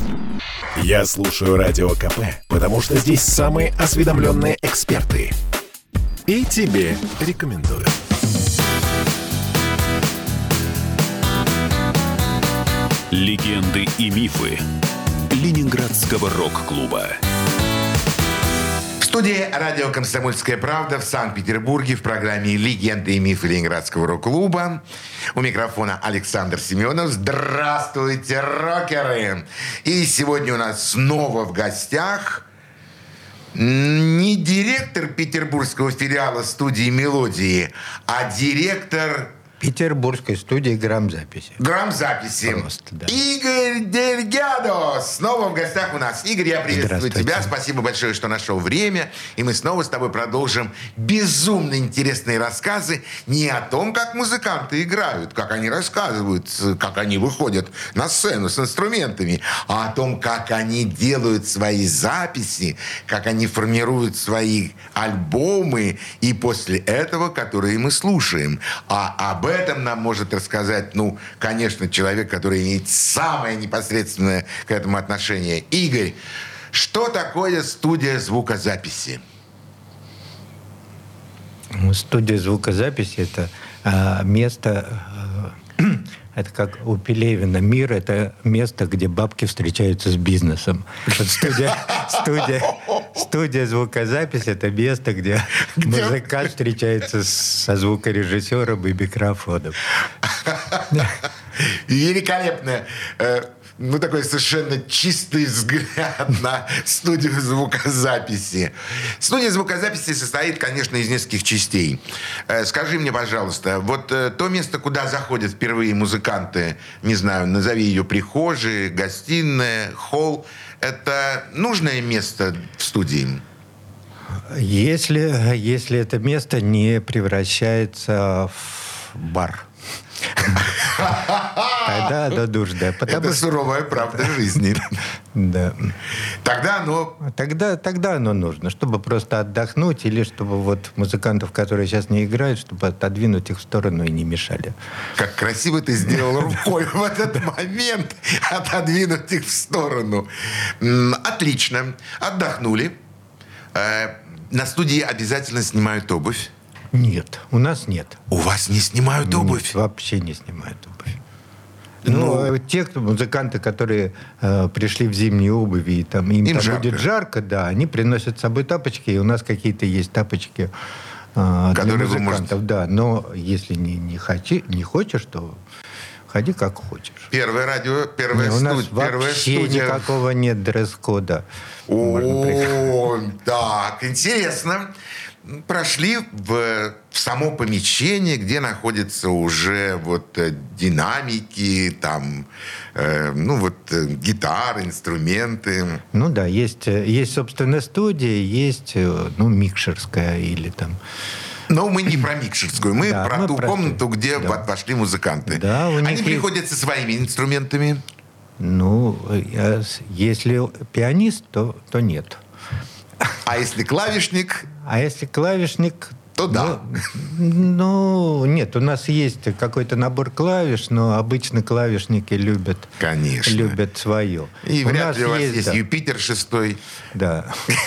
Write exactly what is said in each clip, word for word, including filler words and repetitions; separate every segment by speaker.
Speaker 1: Я слушаю Радио КП, потому что здесь самые осведомленные эксперты. И тебе рекомендую.
Speaker 2: Легенды и мифы Ленинградского рок-клуба.
Speaker 3: В студии радио «Комсомольская правда» в Санкт-Петербурге в программе «Легенды и мифы Ленинградского рок-клуба». У микрофона Александр Семенов. Здравствуйте, рокеры! И сегодня у нас снова в гостях не директор петербургского филиала студии «Мелодии», а директор...
Speaker 4: Петербургской студии грамзаписи.
Speaker 3: Грамзаписи.
Speaker 4: Просто, да.
Speaker 3: Игорь Дельгадо снова в гостях у нас. Игорь, я приветствую тебя. Спасибо большое, что нашел время. И мы снова с тобой продолжим безумно интересные рассказы не о том, как музыканты играют, как они рассказывают, как они выходят на сцену с инструментами, а о том, как они делают свои записи, как они формируют свои альбомы и после этого, которые мы слушаем. А об В этом нам может рассказать, ну, конечно, человек, который имеет самое непосредственное к этому отношение. Игорь, что такое студия звукозаписи?
Speaker 4: Студия звукозаписи – это э, место, э, это как у Пелевина, мир – это место, где бабки встречаются с бизнесом. Вот студия, студия, студия звукозаписи – это место, где музыкант встречается со звукорежиссером и микрофоном.
Speaker 3: Великолепно. Ну, такой совершенно чистый взгляд на студию звукозаписи. Студия звукозаписи состоит, конечно, из нескольких частей. Скажи мне, пожалуйста, вот то место, куда заходят впервые музыканты, не знаю, назови ее прихожей, гостиная, холл, это нужное место в студии?
Speaker 4: Если, если это место не превращается в бар. Тогда оно нужно.
Speaker 3: Это суровая правда жизни.
Speaker 4: Да.
Speaker 3: Тогда оно...
Speaker 4: Тогда, тогда оно нужно, чтобы просто отдохнуть или чтобы вот музыкантов, которые сейчас не играют, чтобы отодвинуть их в сторону и не мешали.
Speaker 3: Как красиво ты сделал рукой в этот момент отодвинуть их в сторону. Отлично. Отдохнули. На студии обязательно снимают обувь.
Speaker 4: Нет, у нас нет.
Speaker 3: У вас не снимают обувь?
Speaker 4: Нет, вообще не снимают обувь. Ну, ну те кто, музыканты, которые э, пришли в зимней обуви, и там, им, им там жарко. будет жарко, да, они приносят с собой тапочки, и у нас какие-то есть тапочки э, для музыкантов. Можете... Да, но если не, не, хочи, не хочешь, то ходи как хочешь.
Speaker 3: Первое радио, первая
Speaker 4: не,
Speaker 3: студия.
Speaker 4: У нас вообще студия... никакого нет дресс-кода.
Speaker 3: О, так, интересно. Прошли в, в само помещение, где находятся уже вот динамики, там, э, ну вот гитары, инструменты.
Speaker 4: Ну да, есть, есть собственно студия, есть ну, микшерская или там...
Speaker 3: Но мы не про микшерскую, мы
Speaker 4: да,
Speaker 3: про
Speaker 4: мы
Speaker 3: ту
Speaker 4: про
Speaker 3: комнату, где
Speaker 4: да.
Speaker 3: вошли музыканты.
Speaker 4: Да, у
Speaker 3: Они
Speaker 4: них
Speaker 3: приходят
Speaker 4: есть...
Speaker 3: со своими инструментами?
Speaker 4: Ну, если пианист, то, то нет.
Speaker 3: А если клавишник?
Speaker 4: А если клавишник...
Speaker 3: То да.
Speaker 4: Ну, ну, нет, у нас есть какой-то набор клавиш, но обычно клавишники любят,
Speaker 3: Конечно.
Speaker 4: любят свое.
Speaker 3: И
Speaker 4: у
Speaker 3: вряд
Speaker 4: нас
Speaker 3: ли у вас
Speaker 4: есть,
Speaker 3: есть
Speaker 4: да.
Speaker 3: Юпитер шестой.
Speaker 4: Да.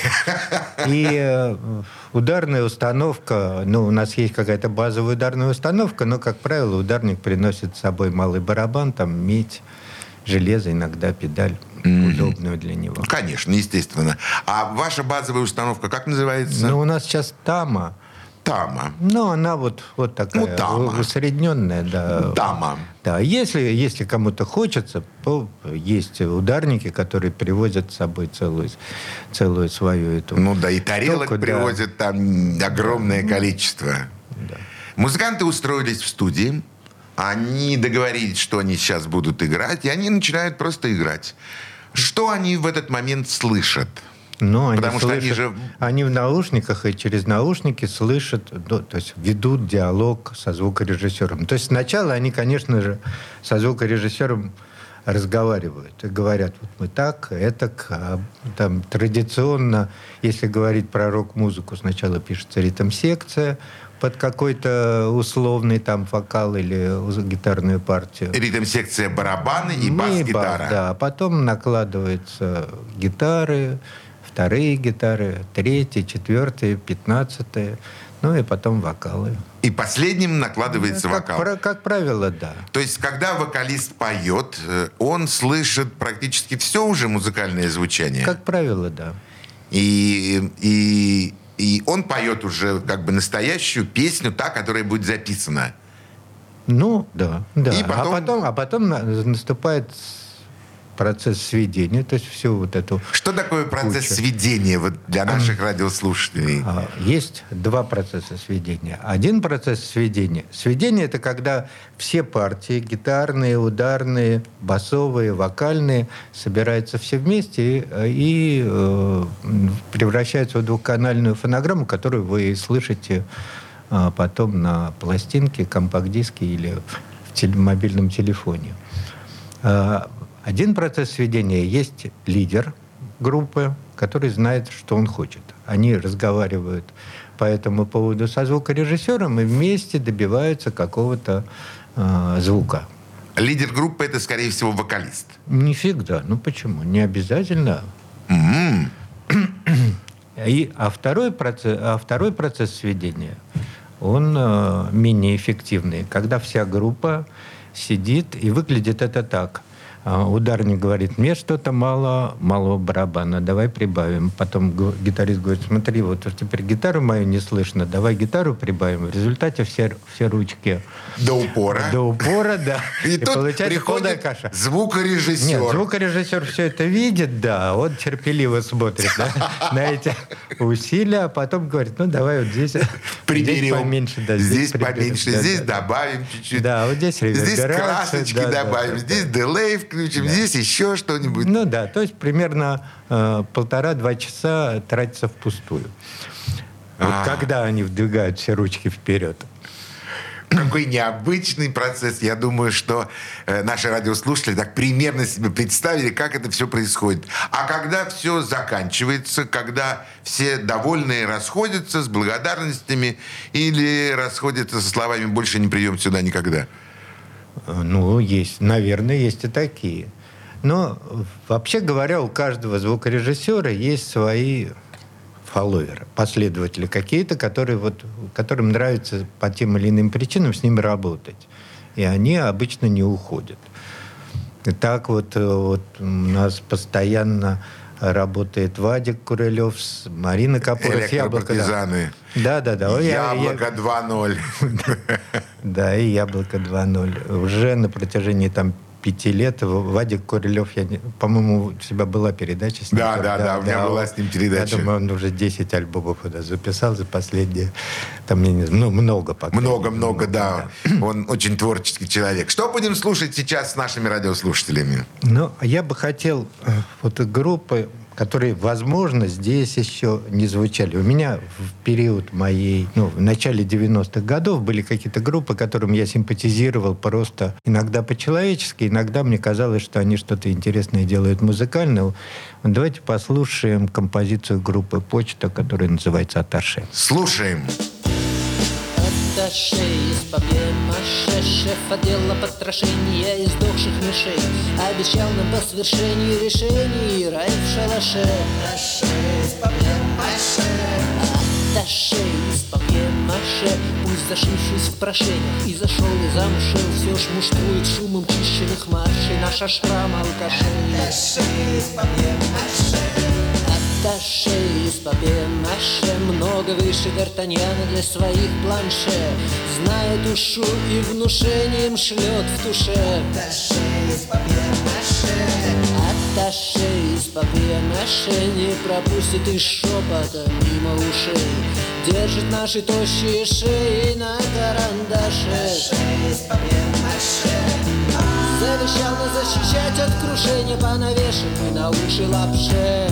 Speaker 4: И э, ударная установка, ну, у нас есть какая-то базовая ударная установка, но, как правило, ударник приносит с собой малый барабан, там, медь, железо, иногда педаль. Mm-hmm. Удобную для него.
Speaker 3: Конечно, естественно. А ваша базовая установка как называется?
Speaker 4: Ну, у нас сейчас Тама.
Speaker 3: Тама.
Speaker 4: Ну, она вот, вот такая
Speaker 3: ну, тама.
Speaker 4: усредненная. Да.
Speaker 3: Тама.
Speaker 4: Да, если, если кому-то хочется, то есть ударники, которые привозят с собой целую, целую свою эту...
Speaker 3: Ну да, и тарелок
Speaker 4: штуку,
Speaker 3: привозят
Speaker 4: да.
Speaker 3: там огромное количество.
Speaker 4: Да.
Speaker 3: Музыканты устроились в студии. Они договорились, что они сейчас будут играть, и они начинают просто играть. Что они в этот момент слышат?
Speaker 4: Ну, они
Speaker 3: Потому
Speaker 4: слышат,
Speaker 3: что они же...
Speaker 4: Они в наушниках и через наушники слышат, ну, то есть ведут диалог со звукорежиссером. То есть сначала они, конечно же, со звукорежиссером разговаривают и говорят, вот мы так, этак, а там традиционно, если говорить про рок-музыку, сначала пишется ритм-секция, под какой-то условный там вокал или гитарную партию.
Speaker 3: Ритм-секция барабаны и
Speaker 4: Ну,
Speaker 3: бас-гитара.
Speaker 4: бас, да. Потом накладываются гитары, вторые гитары, третьи, четвертые, пятнадцатые. Ну и потом вокалы.
Speaker 3: И последним накладывается
Speaker 4: как,
Speaker 3: вокал.
Speaker 4: про- как правило, да.
Speaker 3: То есть, когда вокалист поет, э, он слышит практически все уже музыкальное звучание.
Speaker 4: Как правило, да.
Speaker 3: И, и, и он поет уже как бы настоящую песню, та, которая будет записана.
Speaker 4: Ну, да. да.
Speaker 3: И потом-
Speaker 4: А потом, а потом на- наступает процесс сведения, то есть всю вот эту...
Speaker 3: Что такое процесс
Speaker 4: Куча.
Speaker 3: сведения вот для наших радиослушателей?
Speaker 4: А, Есть два процесса сведения. Один процесс сведения. Сведение — это когда все партии, гитарные, ударные, басовые, вокальные, собираются все вместе и, и э, превращаются в двухканальную фонограмму, которую вы слышите э, потом на пластинке, компакт-диске или в теле- мобильном телефоне. А, Один процесс сведения. Есть лидер группы, который знает, что он хочет. Они разговаривают по этому поводу со звукорежиссером и вместе добиваются какого-то э, звука.
Speaker 3: Лидер группы — это, скорее всего, вокалист.
Speaker 4: Не всегда. Ну почему? Не обязательно.
Speaker 3: М-м.
Speaker 4: И, а, второй процесс, а второй процесс сведения, он э, менее эффективный. Когда вся группа сидит, и выглядит это так. А, Ударник говорит: мне что-то мало, малого барабана, давай прибавим. Потом г- гитарист говорит: смотри, вот теперь гитару мою не слышно, давай гитару прибавим. В результате все, все ручки
Speaker 3: До упора.
Speaker 4: до упора, да.
Speaker 3: И, тут
Speaker 4: получается полная
Speaker 3: приходит
Speaker 4: каша.
Speaker 3: звукорежиссер.
Speaker 4: Нет, звукорежиссер все это видит, да, он терпеливо смотрит на, на эти усилия, а потом говорит: ну давай вот здесь,
Speaker 3: Приберем.
Speaker 4: здесь поменьше, да,
Speaker 3: здесь
Speaker 4: приберем,
Speaker 3: поменьше,
Speaker 4: да,
Speaker 3: здесь
Speaker 4: да.
Speaker 3: добавим чуть-чуть.
Speaker 4: Да, вот здесь
Speaker 3: Здесь
Speaker 4: реверберация,
Speaker 3: красочки
Speaker 4: да, да,
Speaker 3: добавим,
Speaker 4: да,
Speaker 3: здесь
Speaker 4: да.
Speaker 3: дилей включим, здесь еще что-нибудь.
Speaker 4: Ну да, то есть примерно э, полтора-два часа тратится впустую. Вот
Speaker 3: А.
Speaker 4: когда они вдвигают все ручки вперед.
Speaker 3: Какой необычный процесс. Я думаю, что э, наши радиослушатели так примерно себе представили, как это все происходит. А когда все заканчивается, когда все довольные расходятся с благодарностями или расходятся со словами «больше не придем сюда никогда».
Speaker 4: Ну, есть, наверное, есть и такие. Но, вообще говоря, у каждого звукорежиссера есть свои фолловеры, последователи какие-то, которые вот, которым нравится по тем или иным причинам с ними работать. И они обычно не уходят. И так вот, вот у нас постоянно работает Вадик Курылев, Марина Капура с «Яблоко».
Speaker 3: Электропартизаны.
Speaker 4: Да, да, да. Я- я-
Speaker 3: Яблоко два ноль.
Speaker 4: Да, и «Яблоко два ноль». Уже на протяжении там пяти лет Вадик Курылев, я не- по-моему, у тебя была передача с ним.
Speaker 3: Да, да, да, у меня была с ним передача.
Speaker 4: Я думаю, он уже десять альбомов туда записал за последние, там, я не знаю, ну, много пока.
Speaker 3: Много-много, да. Он очень творческий человек. Что будем слушать сейчас с нашими радиослушателями?
Speaker 4: Ну, я бы хотел э, вот группы, которые, возможно, здесь еще не звучали. У меня в период моей, ну, в начале девяностых годов были какие-то группы, которым я симпатизировал просто иногда по-человечески, иногда мне казалось, что они что-то интересное делают музыкально. Вот давайте послушаем композицию группы «Почта», которая называется «Атташе».
Speaker 3: Слушаем.
Speaker 5: Атташе из папье-маше, шеф отдела потрошения издохших мышей, обещал нам по свершению решений рай в шалаше. Атташе из папье-маше, атташе из папье-маше, пусть зашившись в прошениях и зашел и замшел, все ж муштрует шумом чищенных маршей наша шрама алкашей. Атташе из папье-маше, атташе из папье-маше, много выше Д'Артаньяна для своих планше, знает душу и внушением шлет в туше. Атташе из папье-маше, атташе из папье-маше, не пропустит и шепота мимо ушей, держит наши тощие шеи на карандаше. Атташе из папье-маше, завещал нас защищать от крушения по навешенной на уши лапше.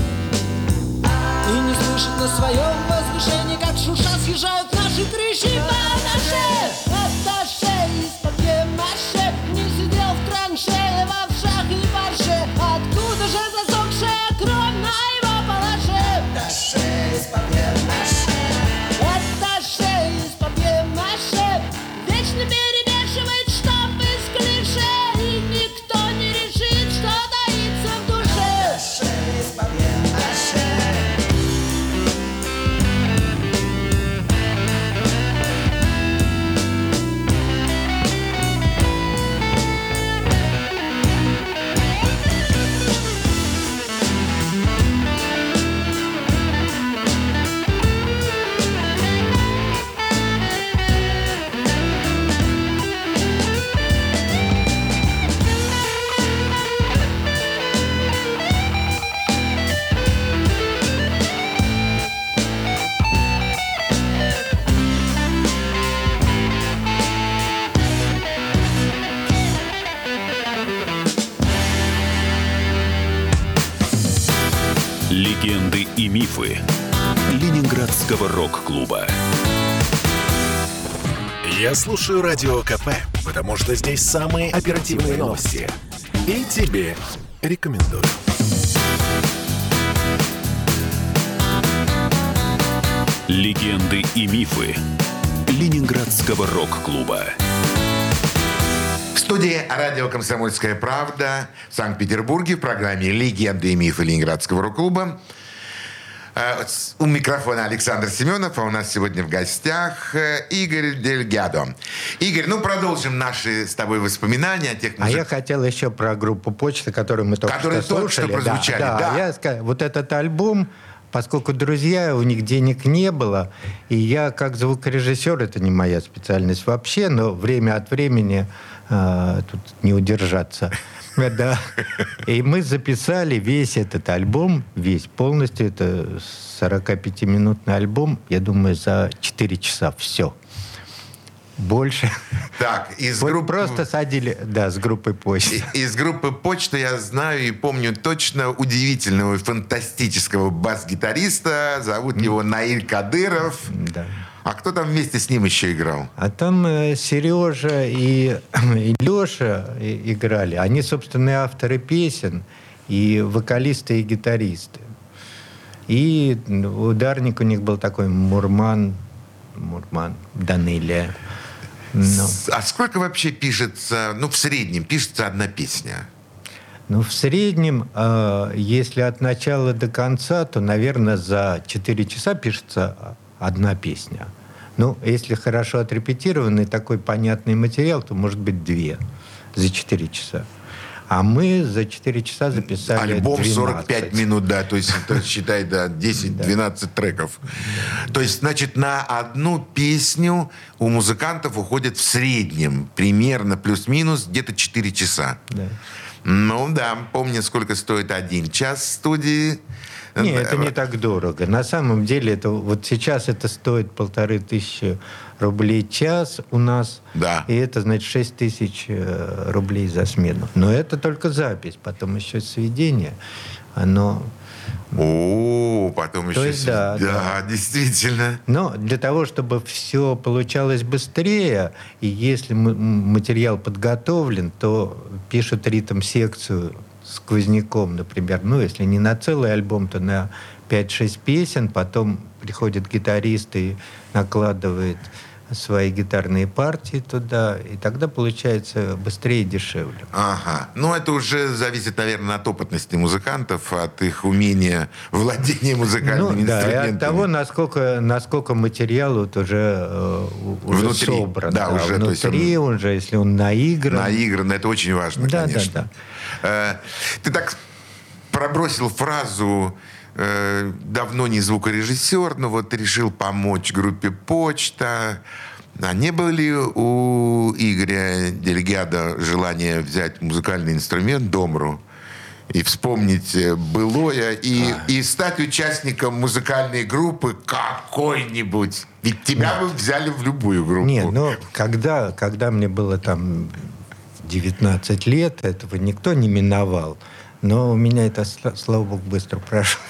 Speaker 5: И не слышит на своем возвышении, как шуша съезжают наши крыши по атташе. Атташе из папье-маше не сидел в транше, во вшах и парше. Откуда же засохшая кровь на его палаше? Атташе из папье-маше, атташе из папье-маше.
Speaker 2: Легенды и мифы Ленинградского рок-клуба.
Speaker 1: Я слушаю Радио КП, потому что здесь самые оперативные новости. И тебе рекомендую.
Speaker 2: Легенды и мифы Ленинградского рок-клуба.
Speaker 3: В студии радио «Комсомольская правда» в Санкт-Петербурге в программе «Легенды и мифы Ленинградского рок-клуба». У микрофона Александр Семенов, а у нас сегодня в гостях Игорь Дельгадо. Игорь, ну продолжим наши с тобой воспоминания о тех музыкантах.
Speaker 4: А я хотел еще про группу «Почта», которую мы только
Speaker 3: Которые
Speaker 4: что слушали.
Speaker 3: только что прозвучали,
Speaker 4: да,
Speaker 3: да.
Speaker 4: да. Я скажу, вот этот альбом, поскольку друзья, у них денег не было, и я как звукорежиссер, это не моя специальность вообще, но время от времени э, тут не удержаться. Да. И мы записали весь этот альбом, весь полностью, это сорокапятиминутный альбом, я думаю, за четыре часа все. Больше.
Speaker 3: Так, из
Speaker 4: вот
Speaker 3: группы...
Speaker 4: Просто садили, да, с группой «Почта».
Speaker 3: Из группы «Почта» я знаю и помню точно удивительного, фантастического бас-гитариста. Зовут mm. его Наиль Кадыров.
Speaker 4: Да.
Speaker 3: А кто там вместе с ним еще играл?
Speaker 4: А там э, Сережа и, и Леша и, играли. Они, собственно, авторы песен, и вокалисты, и гитаристы. И ударник у них был такой Мурман, Мурман Даниля. Но.
Speaker 3: А сколько вообще пишется, ну, в среднем, пишется одна песня?
Speaker 4: Ну, в среднем, э, если от начала до конца, то, наверное, за четыре часа пишется одна песня. Ну, если хорошо отрепетированный такой понятный материал, то, может быть, две за четыре часа. А мы за четыре часа записали
Speaker 3: альбом
Speaker 4: двенадцать.
Speaker 3: сорок пять минут, да, то есть это, считай, да, десять-двенадцать треков. То есть, значит, на одну песню у музыкантов уходит в среднем примерно плюс-минус где-то четыре часа.
Speaker 4: Да.
Speaker 3: Ну да, помню, сколько стоит один час в студии.
Speaker 4: Нет, это не так дорого. На самом деле, это, вот сейчас это стоит полторы тысячи рублей час у нас.
Speaker 3: Да.
Speaker 4: И это, значит, шесть тысяч рублей за смену. Но это только запись. Потом еще сведение. Оно...
Speaker 3: О, потом
Speaker 4: То
Speaker 3: еще...
Speaker 4: есть, да,
Speaker 3: да,
Speaker 4: да,
Speaker 3: действительно.
Speaker 4: Но для того, чтобы все получалось быстрее, и если материал подготовлен, то пишут ритм-секцию сквозняком, например. Ну, если не на целый альбом, то на пять-шесть песен. Потом приходит гитарист и накладывает свои гитарные партии туда. И тогда получается быстрее и дешевле.
Speaker 3: Ага. Ну, это уже зависит, наверное, от опытности музыкантов, от их умения владения музыкальными
Speaker 4: ну, да,
Speaker 3: инструментами.
Speaker 4: и от того, насколько, насколько материал вот уже, э, уже
Speaker 3: внутри,
Speaker 4: собран.
Speaker 3: Да,
Speaker 4: да,
Speaker 3: уже,
Speaker 4: внутри,
Speaker 3: то есть он,
Speaker 4: он же, если он наигран.
Speaker 3: Наигран, это очень важно,
Speaker 4: да,
Speaker 3: конечно.
Speaker 4: Да,
Speaker 3: да. Ты так пробросил фразу «давно не звукорежиссер, но вот решил помочь группе «Почта». А не было ли у Игоря Дельгадо желания взять музыкальный инструмент домру и вспомнить былое, и, а. и стать участником музыкальной группы какой-нибудь? Ведь тебя бы взяли в любую группу.
Speaker 4: Нет, ну, когда, когда мне было там девятнадцать лет, этого никто не миновал. Но у меня это, слава богу, быстро прошло.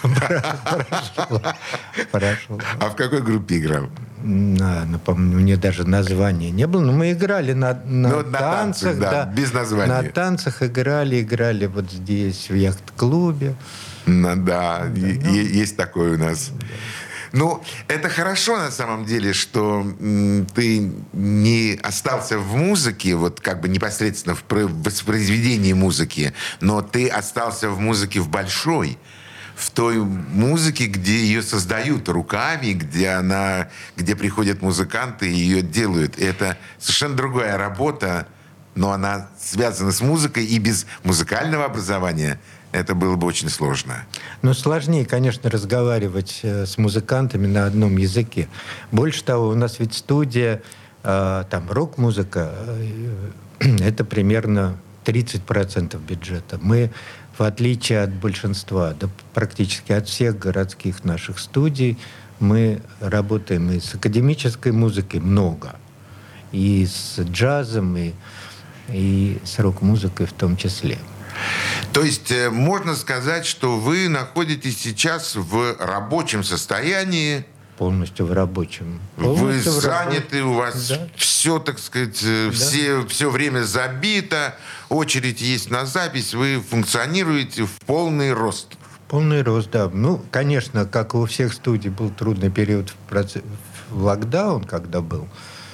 Speaker 4: прошло.
Speaker 3: А в какой группе играл?
Speaker 4: На, напомню, мне даже названия не было. Но мы играли на, на,
Speaker 3: ну,
Speaker 4: танцах.
Speaker 3: на танцах, да,
Speaker 4: да,
Speaker 3: без названия.
Speaker 4: На танцах играли, играли вот здесь, в яхт-клубе.
Speaker 3: Ну, да, да и, ну, есть такое у нас.
Speaker 4: Да.
Speaker 3: Ну, это хорошо на самом деле, что м, ты не остался в музыке, вот как бы непосредственно в воспроизведении музыки, но ты остался в музыке в большой, в той музыке, где ее создают руками, где она, где приходят музыканты и ее делают. И это совершенно другая работа, но она связана с музыкой, и без музыкального образования это было бы очень сложно.
Speaker 4: Ну, сложнее, конечно, разговаривать с музыкантами на одном языке. Больше того, у нас ведь студия, э, там, рок-музыка, э, это примерно тридцать процентов бюджета. Мы, в отличие от большинства, да, практически от всех городских наших студий, мы работаем и с академической музыкой много, и с джазом, и, и с рок-музыкой в том числе.
Speaker 3: То есть э, можно сказать, что вы находитесь сейчас в рабочем состоянии.
Speaker 4: Полностью в рабочем.
Speaker 3: Полностью
Speaker 4: Вы
Speaker 3: в заняты, раб... у вас да. все, так сказать, да. все, все время забито, очередь есть на запись, вы функционируете в полный рост.
Speaker 4: Полный рост, да. Ну, конечно, как и у всех студий, был трудный период в, процесс... в локдаун, когда был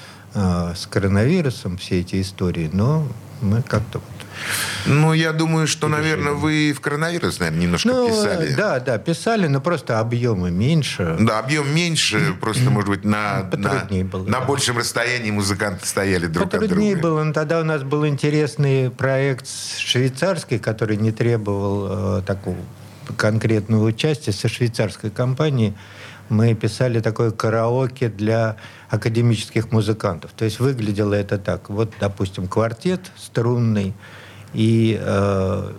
Speaker 4: э, с коронавирусом все эти истории, но мы как-то вот...
Speaker 3: Ну, я думаю, что, наверное, вы в коронавирус, наверное, немножко
Speaker 4: ну,
Speaker 3: писали.
Speaker 4: Да, да, писали, но просто объемы меньше.
Speaker 3: Да, объем меньше, просто, может быть, на, на,
Speaker 4: было,
Speaker 3: на
Speaker 4: да.
Speaker 3: большем расстоянии музыканты стояли друг от друга.
Speaker 4: Потруднее было, но тогда у нас был интересный проект швейцарский, который не требовал э, такого конкретного участия со швейцарской компанией. Мы писали такое караоке для академических музыкантов. То есть выглядело это так. Вот, допустим, квартет струнный, и э,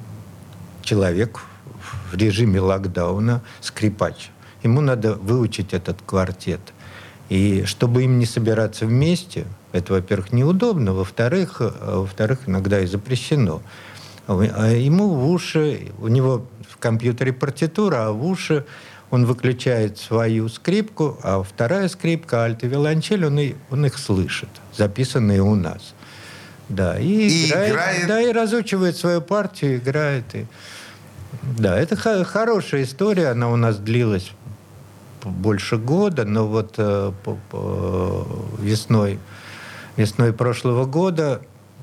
Speaker 4: человек в режиме локдауна, скрипач. Ему надо выучить этот квартет. И чтобы им не собираться вместе, это, во-первых, неудобно, во-вторых, во-вторых, иногда и запрещено. Ему в уши, у него в компьютере партитура, а в уши он выключает свою скрипку, а вторая скрипка, альт и виолончель, он, и, он их слышит, записанные у нас. Да, и,
Speaker 3: и
Speaker 4: играет,
Speaker 3: играет...
Speaker 4: Да, и разучивает свою партию, играет. И... Да, это х- хорошая история, она у нас длилась больше года, но вот э, по, по, весной, весной прошлого года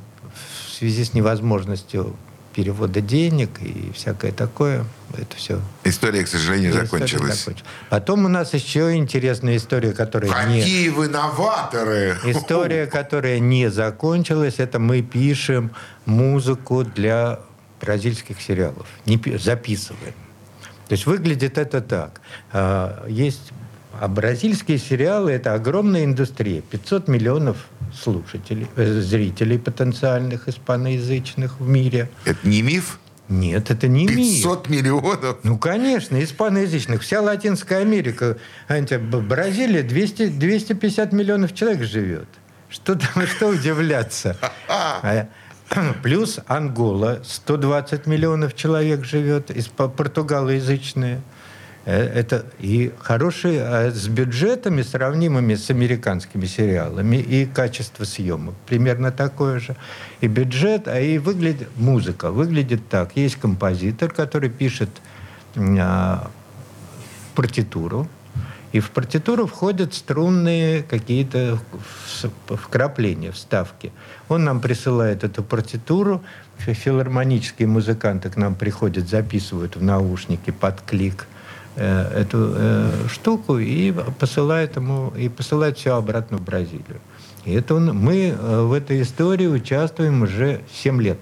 Speaker 4: в связи с невозможностью перевода денег и всякое такое, это все.
Speaker 3: История, к сожалению,
Speaker 4: История
Speaker 3: закончилась.
Speaker 4: закончилась. Потом у нас еще интересная история, которая
Speaker 3: Какие
Speaker 4: не...
Speaker 3: вы новаторы!
Speaker 4: История, которая не закончилась, это мы пишем музыку для бразильских сериалов. Не пи... Записываем. То есть выглядит это так. Есть... А бразильские сериалы — это огромная индустрия. пятьсот миллионов слушателей, э, зрителей потенциальных испаноязычных в мире.
Speaker 3: Это не миф?
Speaker 4: Нет, это не миф.
Speaker 3: пятьсот миллионов?
Speaker 4: Ну, конечно, испаноязычных. Вся Латинская Америка. Бразилия двести, двести пятьдесят миллионов человек живет. Что там, что удивляться? Плюс Ангола, сто двадцать миллионов человек живет, португалоязычные. Это и хорошие, с бюджетами, сравнимыми с американскими сериалами, и качество съемок примерно такое же. И бюджет, а и выглядит, музыка выглядит так. Есть композитор, который пишет а, партитуру, и в партитуру входят струнные какие-то вкрапления, вставки. Он нам присылает эту партитуру, филармонические музыканты к нам приходят, записывают в наушники под клик эту э, штуку и посылает ему, и посылает все обратно в Бразилию. И это он, мы э, в этой истории участвуем уже семь лет.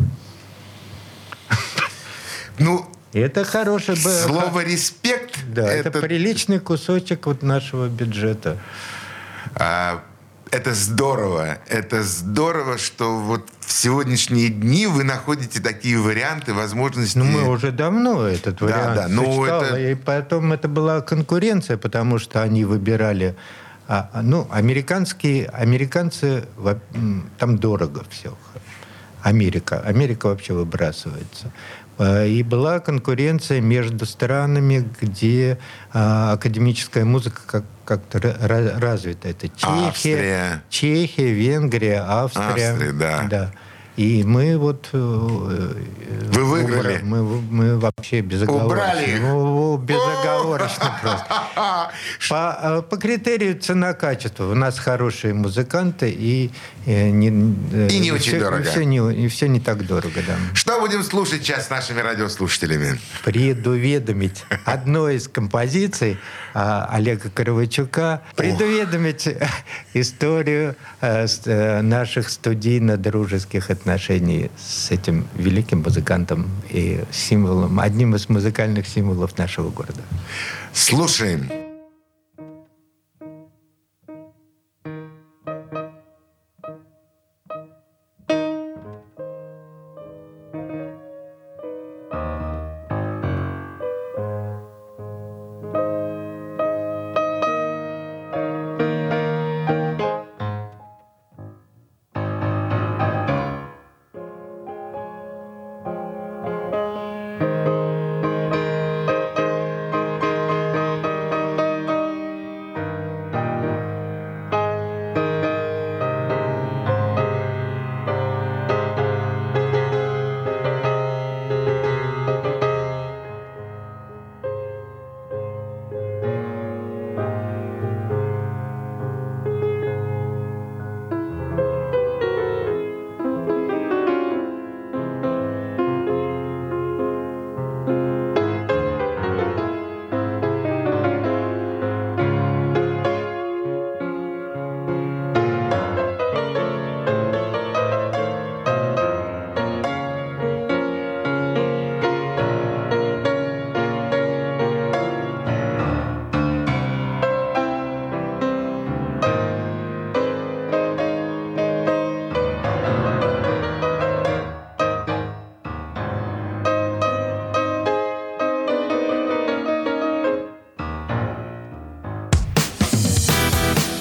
Speaker 3: Ну,
Speaker 4: это хорошее...
Speaker 3: Слово «респект».
Speaker 4: Да, это, это приличный кусочек вот нашего бюджета.
Speaker 3: А, это здорово. Это здорово, что вот в сегодняшние дни вы находите такие варианты, возможности...
Speaker 4: Ну, мы уже давно этот вариант
Speaker 3: да, да, ну, это...
Speaker 4: И потом это была конкуренция, потому что они выбирали... А, ну, американские... Американцы... Там дорого все. Америка. Америка вообще выбрасывается. И была конкуренция между странами, где а, академическая музыка как, как-то ra- развита. Это Чехия,
Speaker 3: Австрия.
Speaker 4: Чехия, Венгрия, Австрия.
Speaker 3: Австрия, да.
Speaker 4: да. И мы вот...
Speaker 3: Вы выиграли?
Speaker 4: Убра... Мы, мы вообще безоговорочно.
Speaker 3: Убрали?
Speaker 4: Ну, безоговорочно просто. По, по критерию цена-качество. У нас хорошие музыканты, и, и, не,
Speaker 3: и не
Speaker 4: и
Speaker 3: очень
Speaker 4: все,
Speaker 3: дорого.
Speaker 4: И все, не, и все не так дорого, да.
Speaker 3: Что будем слушать сейчас с нашими радиослушателями?
Speaker 4: Предуведомить одной из композиций а, Олега Кровачука. Предуведомить Ох. историю а, с, а, наших студийно-дружеских отношений с этим великим музыкантом и символом, одним из музыкальных символов нашего города.
Speaker 3: Слушаем.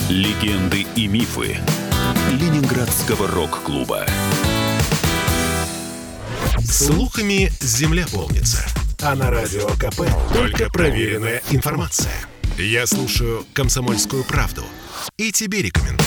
Speaker 2: Легенды и мифы Ленинградского рок-клуба.
Speaker 1: Слухами земля полнится. А на Радио КП только проверенная информация. Я слушаю «Комсомольскую правду» и тебе рекомендую.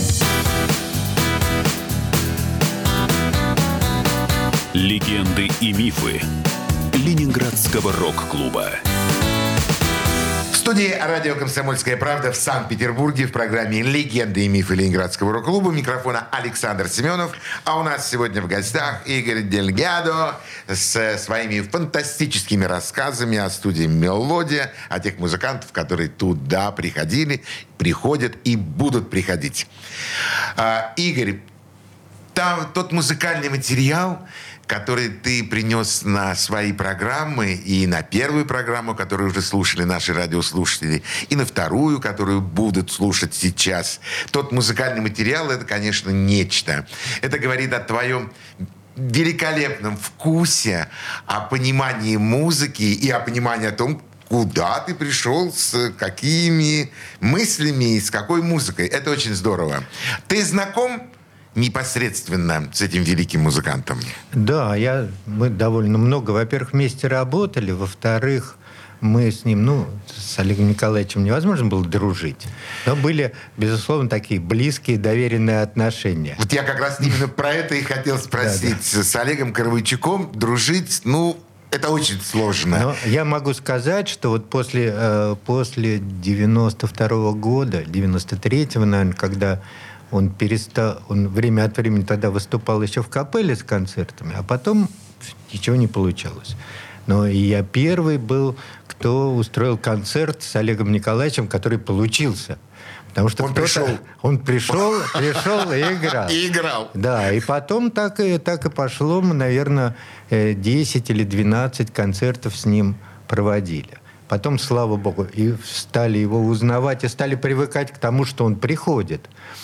Speaker 2: Легенды и мифы Ленинградского рок-клуба.
Speaker 3: В студии радио «Комсомольская правда» в Санкт-Петербурге в программе «Легенды и мифы Ленинградского рок-клуба». Микрофона Александр Семенов. А у нас сегодня в гостях Игорь Дельгадо с своими фантастическими рассказами о студии «Мелодия», о тех музыкантов, которые туда приходили, приходят и будут приходить. А, Игорь, там тот музыкальный материал, который ты принес на свои программы, и на первую программу, которую уже слушали наши радиослушатели, и на вторую, которую будут слушать сейчас. Тот музыкальный материал — это, конечно, нечто. Это говорит о твоем великолепном вкусе, о понимании музыки и о понимании о том, куда ты пришел, с какими мыслями и с какой музыкой. Это очень здорово. Ты знаком непосредственно с этим великим музыкантом?
Speaker 4: Да, я, мы довольно много, во-первых, вместе работали, во-вторых, мы с ним, ну, с Олегом Николаевичем невозможно было дружить, но были, безусловно, такие близкие, доверенные отношения.
Speaker 3: Вот я как раз именно про это и хотел спросить. Да, да. С Олегом Коровойчуком дружить, ну, это очень сложно.
Speaker 4: Но я могу сказать, что вот после, э, после девяносто второго года, девяносто третьего, наверное, когда он перестал, он время от времени тогда выступал еще в капелле с концертами, а потом ничего не получалось. Но и я первый был, кто устроил концерт с Олегом Николаевичем, который получился. Потому что
Speaker 3: он пришел.
Speaker 4: Он пришел, пришел и играл.
Speaker 3: И играл.
Speaker 4: Да, и потом так и, так и пошло. Мы, наверное, десять или двенадцать концертов с ним проводили. Потом, слава богу, и стали его узнавать, и стали привыкать к тому, что он приходит.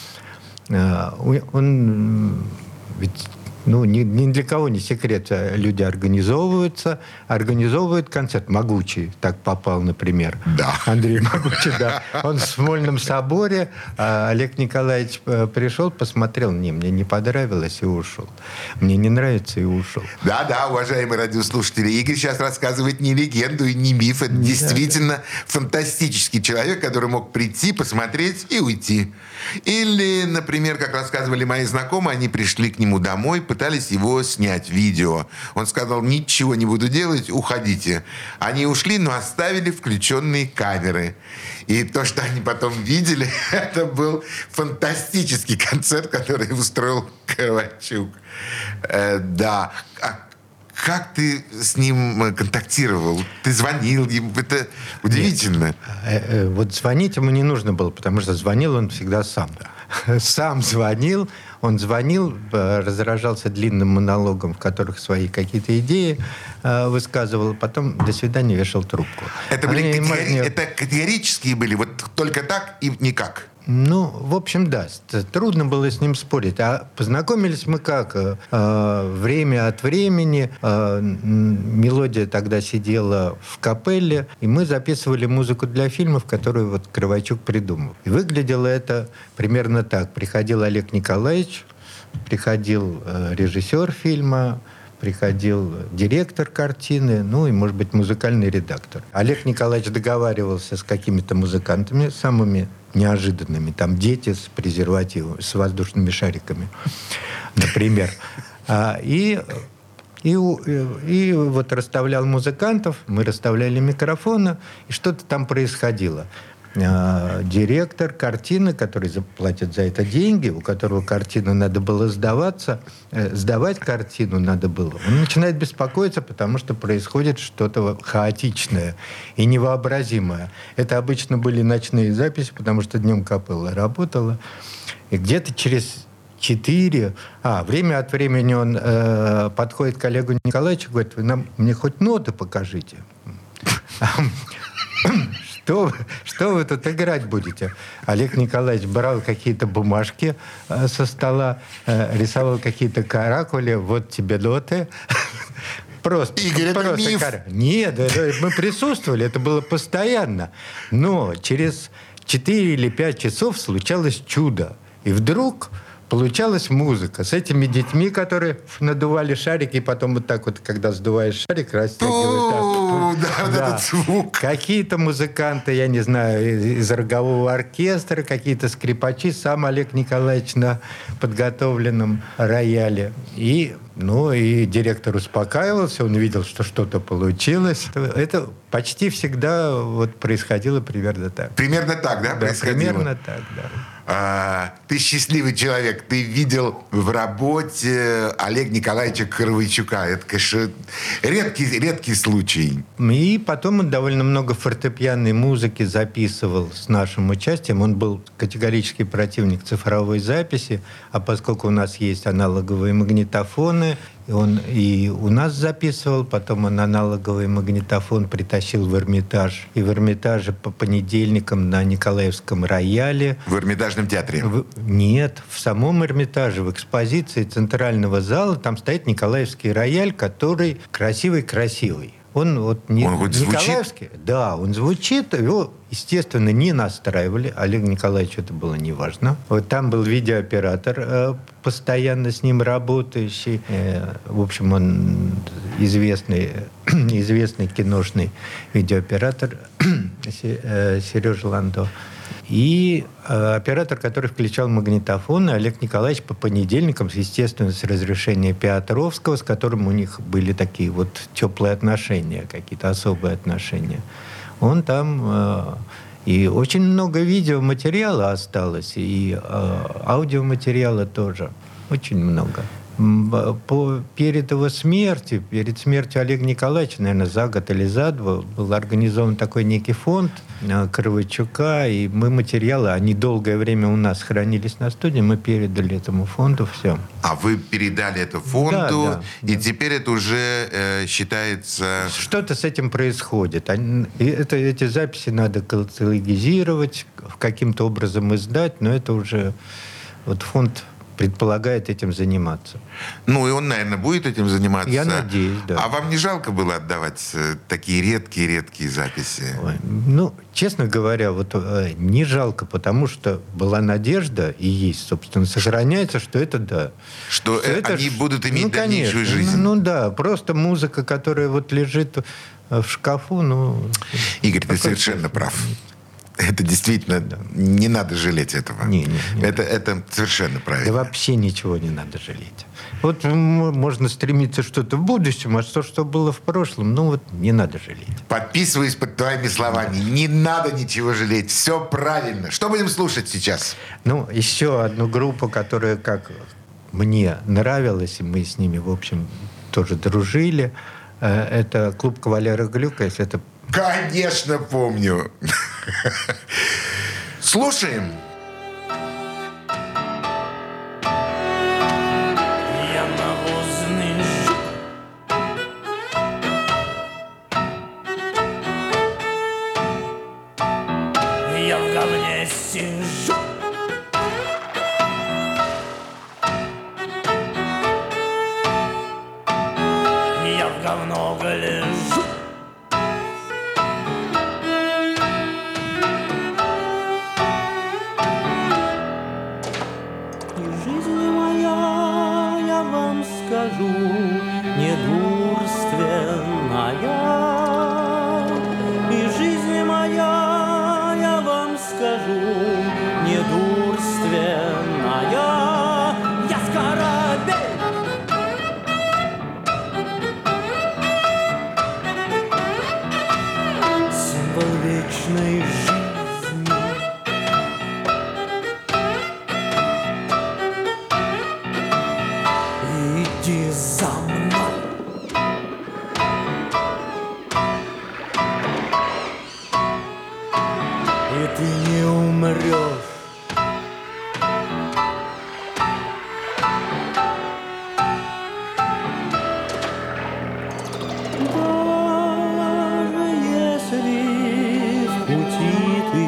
Speaker 4: Он, ведь, ну, ни, ни для кого не секрет, люди организовываются, организовывают концерт. Могучий так попал, например.
Speaker 3: Да.
Speaker 4: Андрей Могучий, да. Он в Смольном соборе, а Олег Николаевич пришел, посмотрел, не, мне не понравилось и ушел. Мне не нравится и ушел.
Speaker 3: Да, да, уважаемые радиослушатели, Игорь сейчас рассказывает не легенду и не миф, это действительно да, да. фантастический человек, который мог прийти, посмотреть и уйти. Или, например, как рассказывали мои знакомые, они пришли к нему домой, пытались его снять видео. Он сказал: ничего не буду делать, уходите. Они ушли, но оставили включенные камеры. И то, что они потом видели, это был фантастический концерт, который устроил Коровойчук. Э, да. А как ты с ним контактировал? Ты звонил ему? Это удивительно.
Speaker 4: Нет. Вот звонить ему не нужно было, потому что звонил он всегда сам. Сам звонил. Он звонил, разражался длинным монологом, в которых свои какие-то идеи э, высказывал, потом до свидания вешал трубку.
Speaker 3: Это, были категори... не... Это категорические были? Вот только так и никак?
Speaker 4: Ну, в общем, да. Трудно было с ним спорить. А познакомились мы как? Э, время от времени. Э, мелодия тогда сидела в капелле, и мы записывали музыку для фильмов, которую вот Коровойчук придумал. И выглядело это примерно так. Приходил Олег Николаевич, приходил э, режиссер фильма, приходил директор картины, ну и, может быть, музыкальный редактор. Олег Николаевич договаривался с какими-то музыкантами, самыми неожиданными. Там дети с презервативом, с воздушными шариками, например. И, и, и вот расставлял музыкантов, мы расставляли микрофоны, и что-то там происходило. Директор картины, который заплатит за это деньги, у которого картину надо было сдаваться, э, сдавать картину надо было, он начинает беспокоиться, потому что происходит что-то хаотичное и невообразимое. Это обычно были ночные записи, потому что днем капелла работала. И где-то через четыре... А, время от времени он э, подходит к Олегу Николаевичу и говорит: вы нам, мне хоть ноты покажите. Что, что вы тут играть будете? Олег Николаевич брал какие-то бумажки э, со стола, э, рисовал какие-то каракули. Вот тебе ноты. Просто.
Speaker 3: Игорь, это миф.
Speaker 4: Кар... Нет, это, мы присутствовали, это было постоянно. Но через, четыре или пять часов случалось чудо. И вдруг получалась музыка с этими детьми, которые надували шарики, и потом вот так вот, когда сдуваешь шарик, растягивают.
Speaker 3: Да, вот этот звук.
Speaker 4: Какие-то музыканты, я не знаю, из рогового оркестра, какие-то скрипачи, сам Олег Николаевич на подготовленном рояле. И, ну, и директор успокаивался, он видел, что что-то получилось. Это почти всегда вот происходило примерно так.
Speaker 3: Примерно так, да,
Speaker 4: Да,
Speaker 3: происходило?
Speaker 4: примерно так, да.
Speaker 3: А, ты счастливый человек. Ты видел в работе Олега Николаевича Коровайчука. Это, конечно, редкий, редкий случай.
Speaker 4: И потом он довольно много фортепианной музыки записывал с нашим участием. Он был категорический противник цифровой записи, а поскольку у нас есть аналоговые магнитофоны, и он и у нас записывал, потом он аналоговый магнитофон притащил в Эрмитаж. И в Эрмитаже по понедельникам на Николаевском рояле.
Speaker 3: В Эрмитажном театре?
Speaker 4: В... Нет, в самом Эрмитаже, в экспозиции центрального зала, там стоит Николаевский рояль, который красивый-красивый. Он вот не,
Speaker 3: он хоть
Speaker 4: Николаевский,
Speaker 3: звучит?
Speaker 4: Да, он звучит, его, естественно, не настраивали. Олегу Николаевичу это было не важно. Вот там был видеооператор, э, постоянно с ним работающий. Э, в общем, он известный, известный киношный видеооператор Сережа Ландо. И э, оператор, который включал магнитофон, Олег Николаевич по понедельникам, естественно, с разрешения Петровского, с которым у них были такие вот теплые отношения, какие-то особые отношения. Он там... Э, и очень много видеоматериала осталось, и э, аудиоматериала тоже. Очень много. По, перед его смертью, перед смертью Олега Николаевича, наверное, за год или за два, был организован такой некий фонд Коровайчука, и мы материалы, они долгое время у нас хранились на студии, мы передали этому фонду все.
Speaker 3: А вы передали это фонду,
Speaker 4: да, да,
Speaker 3: и
Speaker 4: да.
Speaker 3: теперь это уже э, считается...
Speaker 4: Что-то с этим происходит. Они, это, эти записи надо каталогизировать, каким-то образом издать, но это уже вот фонд предполагает этим заниматься.
Speaker 3: Ну, и он, наверное, будет этим заниматься.
Speaker 4: Я надеюсь, да.
Speaker 3: А вам не жалко было отдавать такие редкие-редкие записи?
Speaker 4: Ой, ну, честно говоря, вот э, не жалко, потому что была надежда, и есть, собственно, сохраняется, что это да.
Speaker 3: Что,
Speaker 4: что
Speaker 3: э,
Speaker 4: это
Speaker 3: они
Speaker 4: ж...
Speaker 3: будут иметь
Speaker 4: ну,
Speaker 3: дальнейшую
Speaker 4: конечно.
Speaker 3: жизнь?
Speaker 4: Ну, ну да, просто музыка, которая вот лежит в шкафу, ну...
Speaker 3: Игорь, ты совершенно прав. Это действительно, да. Не надо жалеть этого.
Speaker 4: Не, не, не
Speaker 3: это, это совершенно правильно.
Speaker 4: Да вообще ничего не надо жалеть. Вот можно стремиться что-то в будущем, а то, что было в прошлом, ну вот не надо жалеть.
Speaker 3: Подписываюсь под твоими словами. Не надо ничего жалеть. Все правильно. Что будем слушать сейчас?
Speaker 4: Ну, еще одну группу, которая, как мне нравилась, и мы с ними, в общем, тоже дружили. Это клуб «Кавалера Глюка», если это...
Speaker 3: Конечно, помню. Слушаем.
Speaker 6: Я навозный жук, я в говне сижу, я в говно гляжу. Скажу, недурственная, и жизнь моя, я вам скажу, недурственная, я скоробей. Символ вечной жизни. Иди за мной. И ты не умрешь. Даже если в пути ты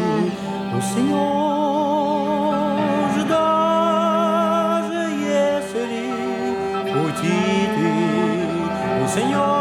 Speaker 6: уснешь, даже если пути ты уснешь.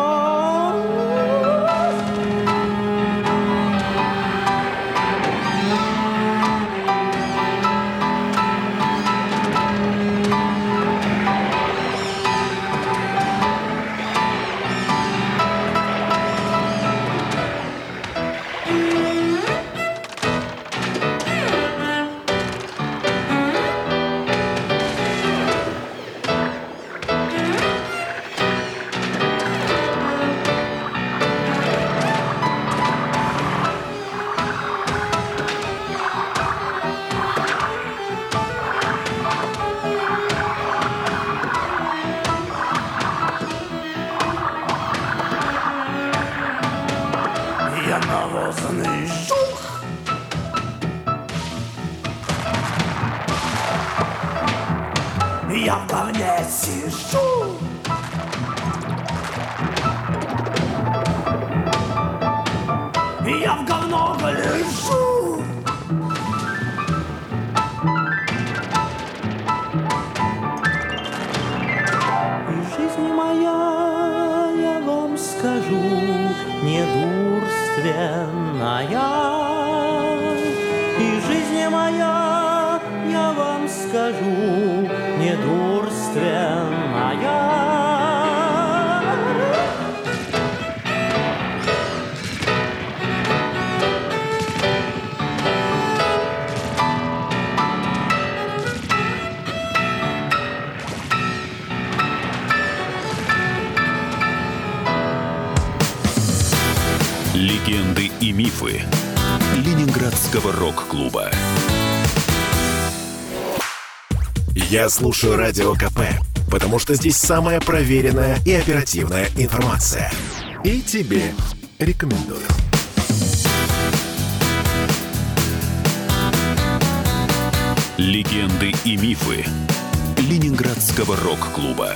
Speaker 6: навозный жух. Я в говне сижу. Я в говно гляжу. И жизнь моя, я вам скажу, недурственная. И жизнь моя, я вам скажу, недурственная.
Speaker 2: Легенды и мифы Ленинградского рок-клуба.
Speaker 1: Я слушаю Радио КП, потому что здесь самая проверенная и оперативная информация. И тебе рекомендую.
Speaker 2: Легенды и мифы Ленинградского рок-клуба.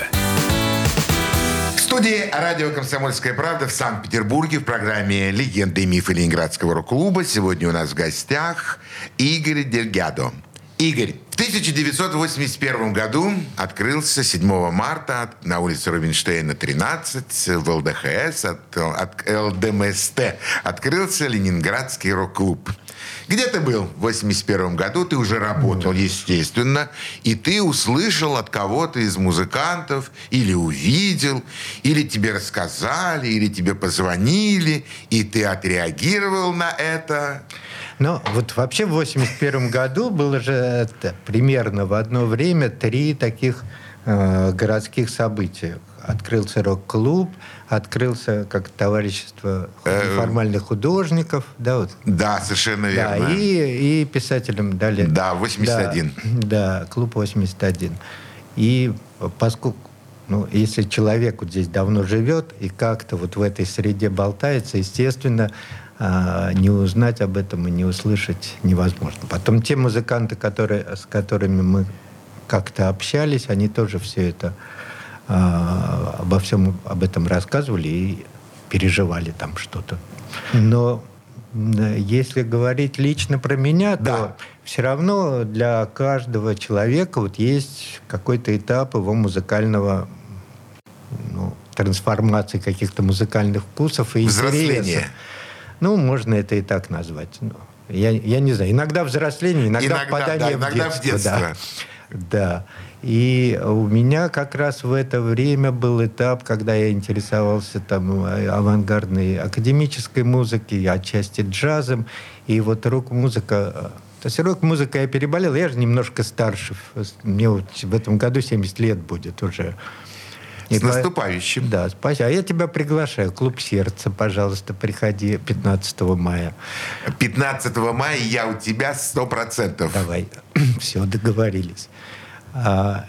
Speaker 3: В студии радио «Комсомольская правда» в Санкт-Петербурге в программе «Легенды и мифы Ленинградского рок-клуба». Сегодня у нас в гостях Игорь Дельгадо. Игорь, в тысяча девятьсот восемьдесят первом году открылся седьмого марта на улице Рубинштейна, тринадцать, в ЛДХС, от, от ЛДМСТ, открылся Ленинградский рок-клуб. Где ты был в восемьдесят первом году? Ты уже работал, естественно, и ты услышал от кого-то из музыкантов, или увидел, или тебе рассказали, или тебе позвонили, и ты отреагировал на это.
Speaker 4: Ну, вот вообще в восемьдесят первом году было же это, примерно в одно время три таких э, городских события. Открылся рок-клуб, открылся как товарищество неформальных художников. Да, вот.
Speaker 3: Да, совершенно верно.
Speaker 4: Да, и, и писателям дали.
Speaker 3: Да, восемьдесят один.
Speaker 4: Да, да, клуб восемьдесят один. И поскольку, ну, если человек вот здесь давно живет и как-то вот в этой среде болтается, естественно, не узнать об этом и не услышать невозможно. Потом те музыканты, которые, с которыми мы как-то общались, они тоже все это обо всем об этом рассказывали и переживали там что-то. Но если говорить лично про меня, да, то все равно для каждого человека вот есть какой-то этап его музыкального, ну, трансформации каких-то музыкальных вкусов и интересов. Ну, можно это и так назвать. Я, я не знаю. Иногда взросление, иногда, иногда впадание да, иногда в детство. В детство. Да. Да. И у меня как раз в это время был этап, когда я интересовался там авангардной академической музыкой, отчасти джазом. И вот рок-музыка... То есть рок-музыка я переболел. Я же немножко старше. Мне вот в этом году семьдесят лет будет уже.
Speaker 3: И с наступающим.
Speaker 4: Да, спасибо. А я тебя приглашаю. Клуб сердца, пожалуйста, приходи пятнадцатого мая.
Speaker 3: пятнадцатого мая я у тебя сто процентов.
Speaker 4: Давай. Все, договорились. А,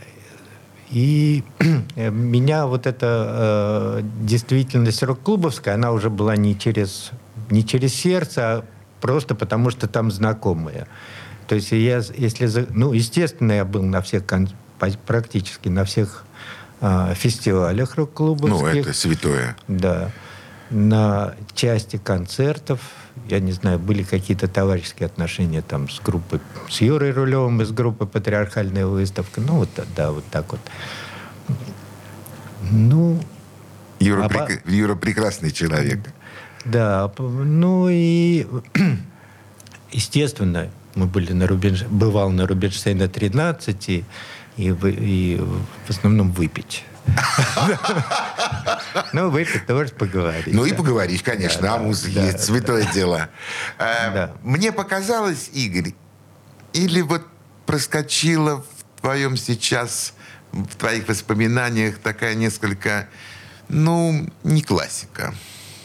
Speaker 4: и меня вот эта э, действительность рок-клубовская, она уже была не через, не через сердце, а просто потому, что там знакомые. То есть я, если... Ну, естественно, я был на всех, практически на всех фестивалях рок-клубовских.
Speaker 3: Ну, это святое.
Speaker 4: Да. На части концертов, я не знаю, были какие-то товарищеские отношения там с группой, с Юрой Рулевым из группы «Патриархальная выставка». Ну, вот, да, вот так вот. Ну...
Speaker 3: Юра, а прек... по... Юра прекрасный человек.
Speaker 4: Да. Ну, и... Естественно, мы были на Рубинш... бывал на Рубинштейна тринадцать, и И, и в основном выпить. Ну, выпить, тоже поговорить.
Speaker 3: Ну, и поговорить, конечно, о музыке. Святое дело. Мне показалось, Игорь, или вот проскочила в твоем сейчас, в твоих воспоминаниях такая несколько, ну, не классика.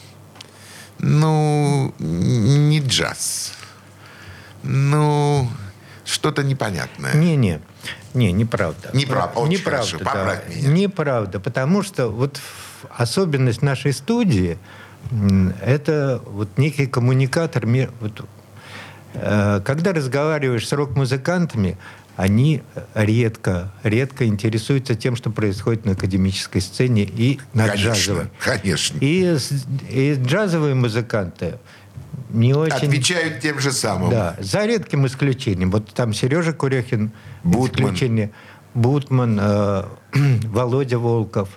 Speaker 3: Ну, не джаз. Ну, что-то непонятное.
Speaker 4: Не-не. Не, неправда.
Speaker 3: Неправда. Очень
Speaker 4: неправда,
Speaker 3: хорошо. Поправь
Speaker 4: да.
Speaker 3: меня.
Speaker 4: Неправда, потому что вот особенность нашей студии это вот некий коммуникатор. Вот, э, когда разговариваешь с рок-музыкантами, они редко, редко интересуются тем, что происходит на академической сцене и на
Speaker 3: конечно,
Speaker 4: джазовой.
Speaker 3: Конечно.
Speaker 4: И, и джазовые музыканты не очень...
Speaker 3: Отвечают тем же самым.
Speaker 4: Да, за редким исключением. Вот там Сережа Курехин,
Speaker 3: Бутман.
Speaker 4: исключение. Бутман, э, Володя Волков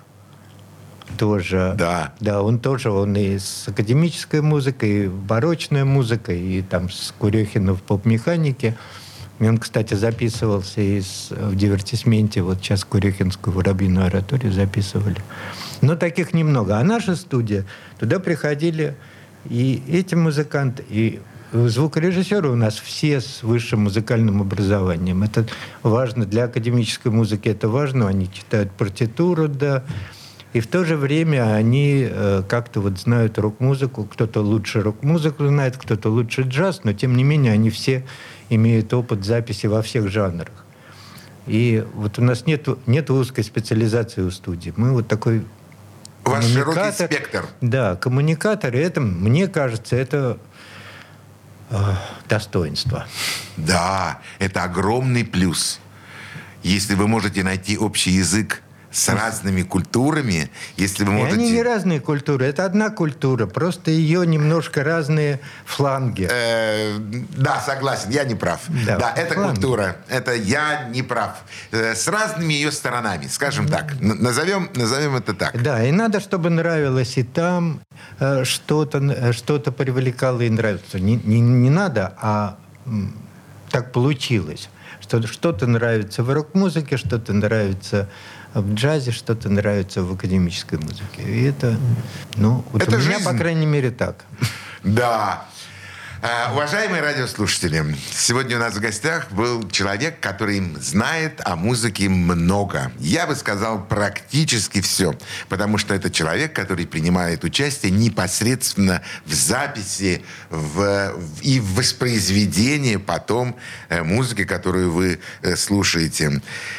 Speaker 4: тоже.
Speaker 3: Да.
Speaker 4: Да, он тоже, он и с академической музыкой, и барочной музыкой, и там с Курехиным в поп-механике. Он, кстати, записывался из, в дивертисменте. Вот сейчас Курехинскую воробьиную ораторию записывали. Но таких немного. А наша студия, туда приходили и эти музыканты, и звукорежиссеры у нас все с высшим музыкальным образованием. Это важно. Для академической музыки это важно. Они читают партитуру, да. И в то же время они э, как-то вот знают рок-музыку. Кто-то лучше рок-музыку знает, кто-то лучше джаз, но тем не менее они все имеют опыт записи во всех жанрах. И вот у нас нет, нет узкой специализации у студии. Мы вот такой
Speaker 3: Ваш широкий спектр.
Speaker 4: Да, коммуникатор. И это, мне кажется, это э, достоинство.
Speaker 3: Да, это огромный плюс. Если вы можете найти общий язык с разными культурами, если вы можете...
Speaker 4: И они не разные культуры, это одна культура, просто ее немножко разные фланги.
Speaker 3: Э, да, согласен, я не прав. Да, да это фланги. Культура, это я не прав. Э, с разными ее сторонами, скажем так. Н- назовем, назовем это так.
Speaker 4: Да, и надо, чтобы нравилось и там, э, что-то, что-то привлекало и нравится. Не, не, не надо, а м, так получилось. Что, что-то нравится в рок-музыке, что-то нравится в джазе, что-то нравится в академической музыке. И это, ну, вот
Speaker 3: это
Speaker 4: у меня,
Speaker 3: жизнь.
Speaker 4: по крайней мере, так.
Speaker 3: Да. Uh, уважаемые радиослушатели, сегодня у нас в гостях был человек, который знает о музыке много. Я бы сказал, практически все. Потому что это человек, который принимает участие непосредственно в записи в, в, и в воспроизведении потом э, музыки, которую вы э, слушаете.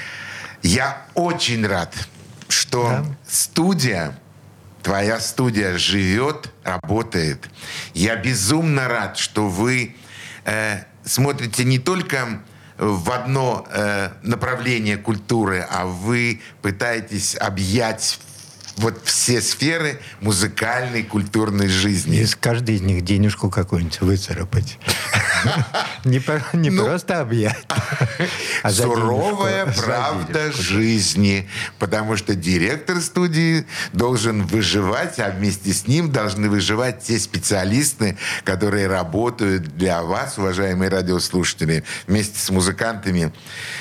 Speaker 3: Я очень рад, что да. студия... Твоя студия живет, работает. Я безумно рад, что вы э, смотрите не только в одно э, направление культуры, а вы пытаетесь объять вот все сферы музыкальной, культурной жизни.
Speaker 4: И с каждой из них денежку какую-нибудь выцарапать. Не просто объять.
Speaker 3: Суровая правда жизни. Потому что директор студии должен выживать, а вместе с ним должны выживать те специалисты, которые работают для вас, уважаемые радиослушатели, вместе с музыкантами.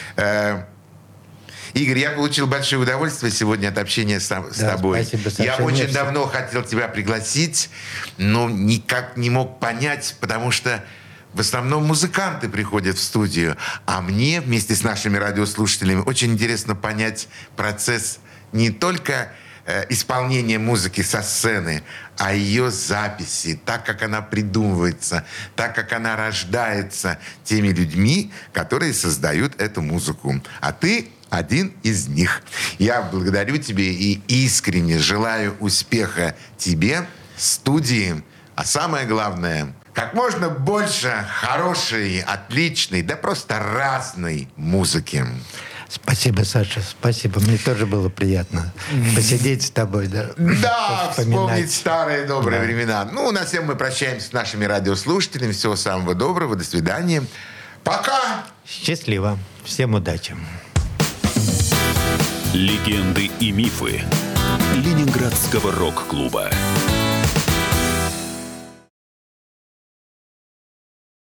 Speaker 3: Игорь, я получил большое удовольствие сегодня от общения с, с да, тобой.
Speaker 4: Спасибо,
Speaker 3: я очень мерси. давно хотел тебя пригласить, но никак не мог понять, потому что в основном музыканты приходят в студию, а мне вместе с нашими радиослушателями очень интересно понять процесс не только э, исполнения музыки со сцены, а ее записи, так как она придумывается, так как она рождается теми людьми, которые создают эту музыку. А ты один из них. Я благодарю тебя и искренне желаю успеха тебе, студии, а самое главное, как можно больше хорошей, отличной, да просто разной музыки.
Speaker 4: Спасибо, Саша, спасибо. Мне тоже было приятно посидеть с тобой. Да,
Speaker 3: да вспомнить старые добрые да. времена. Ну, на всем мы прощаемся с нашими радиослушателями. Всего самого доброго. До свидания. Пока!
Speaker 4: Счастливо. Всем удачи.
Speaker 2: Легенды и мифы Ленинградского рок-клуба.